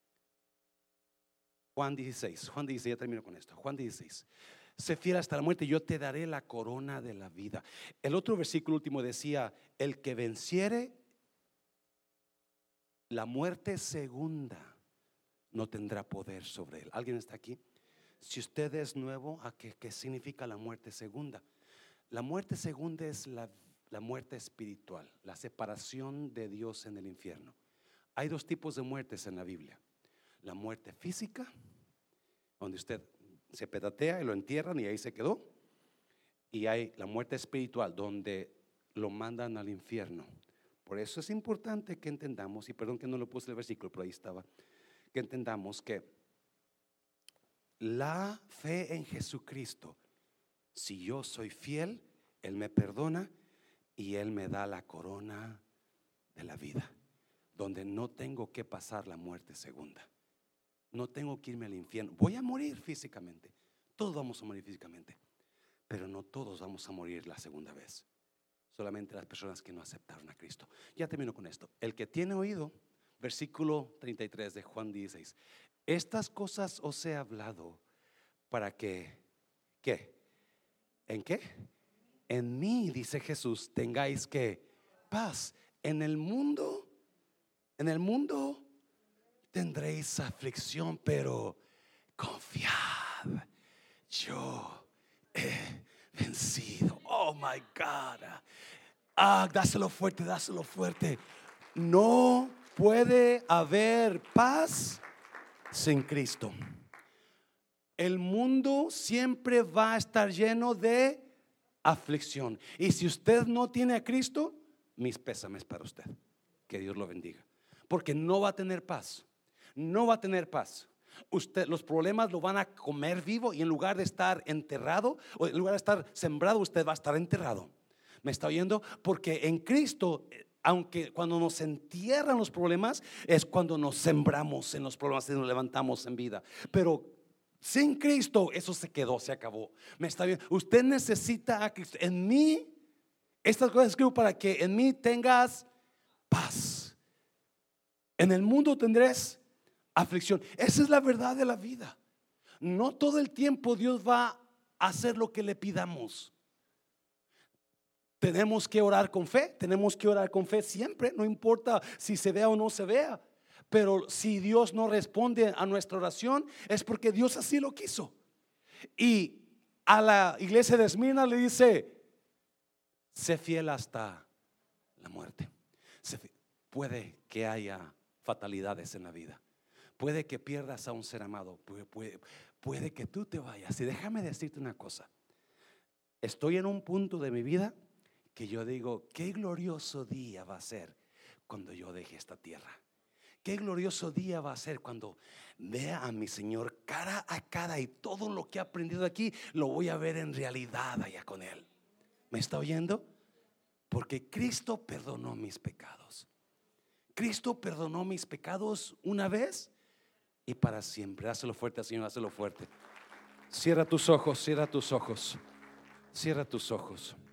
Juan dieciséis, Juan dieciséis, ya termino con esto. Juan dieciséis. Sé fiel hasta la muerte, yo te daré la corona de la vida. El otro versículo último decía: el que venciere la muerte segunda no tendrá poder sobre él. ¿Alguien está aquí? Si usted es nuevo, ¿a qué, qué significa la muerte segunda? La muerte segunda es la, la muerte espiritual, la separación de Dios en el infierno. Hay dos tipos de muertes en la Biblia: la muerte física, donde usted se petatea y lo entierran y ahí se quedó, y hay la muerte espiritual, donde lo mandan al infierno. Por eso es importante que entendamos, y perdón que no lo puse el versículo, pero ahí estaba, que entendamos que la fe en Jesucristo, si yo soy fiel, Él me perdona y Él me da la corona de la vida, donde no tengo que pasar la muerte segunda. No tengo que irme al infierno. Voy a morir físicamente, todos vamos a morir físicamente, pero no todos vamos a morir la segunda vez. Solamente las personas que no aceptaron a Cristo. Ya termino con esto. El que tiene oído, versículo treinta y tres de Juan dieciséis: estas cosas os he hablado para que, ¿qué? ¿En qué? En mí, dice Jesús, tengáis que paz. En el mundo, en el mundo tendréis aflicción, pero confiad, yo he vencido. Oh my God. Ah, dáselo fuerte, dáselo fuerte. No puede haber paz sin Cristo. El mundo siempre va a estar lleno de aflicción. Y si usted no tiene a Cristo, mis pésames para usted. Que Dios lo bendiga. Porque no va a tener paz. No va a tener paz. Usted, los problemas lo van a comer vivo, y en lugar de estar enterrado, o en lugar de estar sembrado, usted va a estar enterrado. ¿Me está oyendo? Porque en Cristo, aunque cuando nos entierran los problemas, es cuando nos sembramos en los problemas y nos levantamos en vida. Pero sin Cristo, eso se quedó, se acabó. ¿Me está bien? Usted necesita a Cristo. En mí, estas cosas escribo para que en mí tengas paz. En el mundo tendrás aflicción. Esa es la verdad de la vida. No todo el tiempo Dios va a hacer lo que le pidamos. Tenemos que orar con fe. Tenemos que orar con fe siempre. No importa si se vea o no se vea. Pero si Dios no responde a nuestra oración, es porque Dios así lo quiso. Y a la iglesia de Esmirna le dice: sé fiel hasta la muerte. Puede que haya fatalidades en la vida. Puede que pierdas a un ser amado. Puede, puede, puede que tú te vayas. Y déjame decirte una cosa. Estoy en un punto de mi vida que yo digo: qué glorioso día va a ser cuando yo deje esta tierra. Qué glorioso día va a ser cuando vea a mi Señor cara a cara, y todo lo que he aprendido aquí lo voy a ver en realidad allá con Él. ¿Me está oyendo? Porque Cristo perdonó mis pecados. Cristo perdonó mis pecados una vez y para siempre. Hazlo fuerte, Señor, hazlo fuerte. Cierra tus ojos, cierra tus ojos. Cierra tus ojos.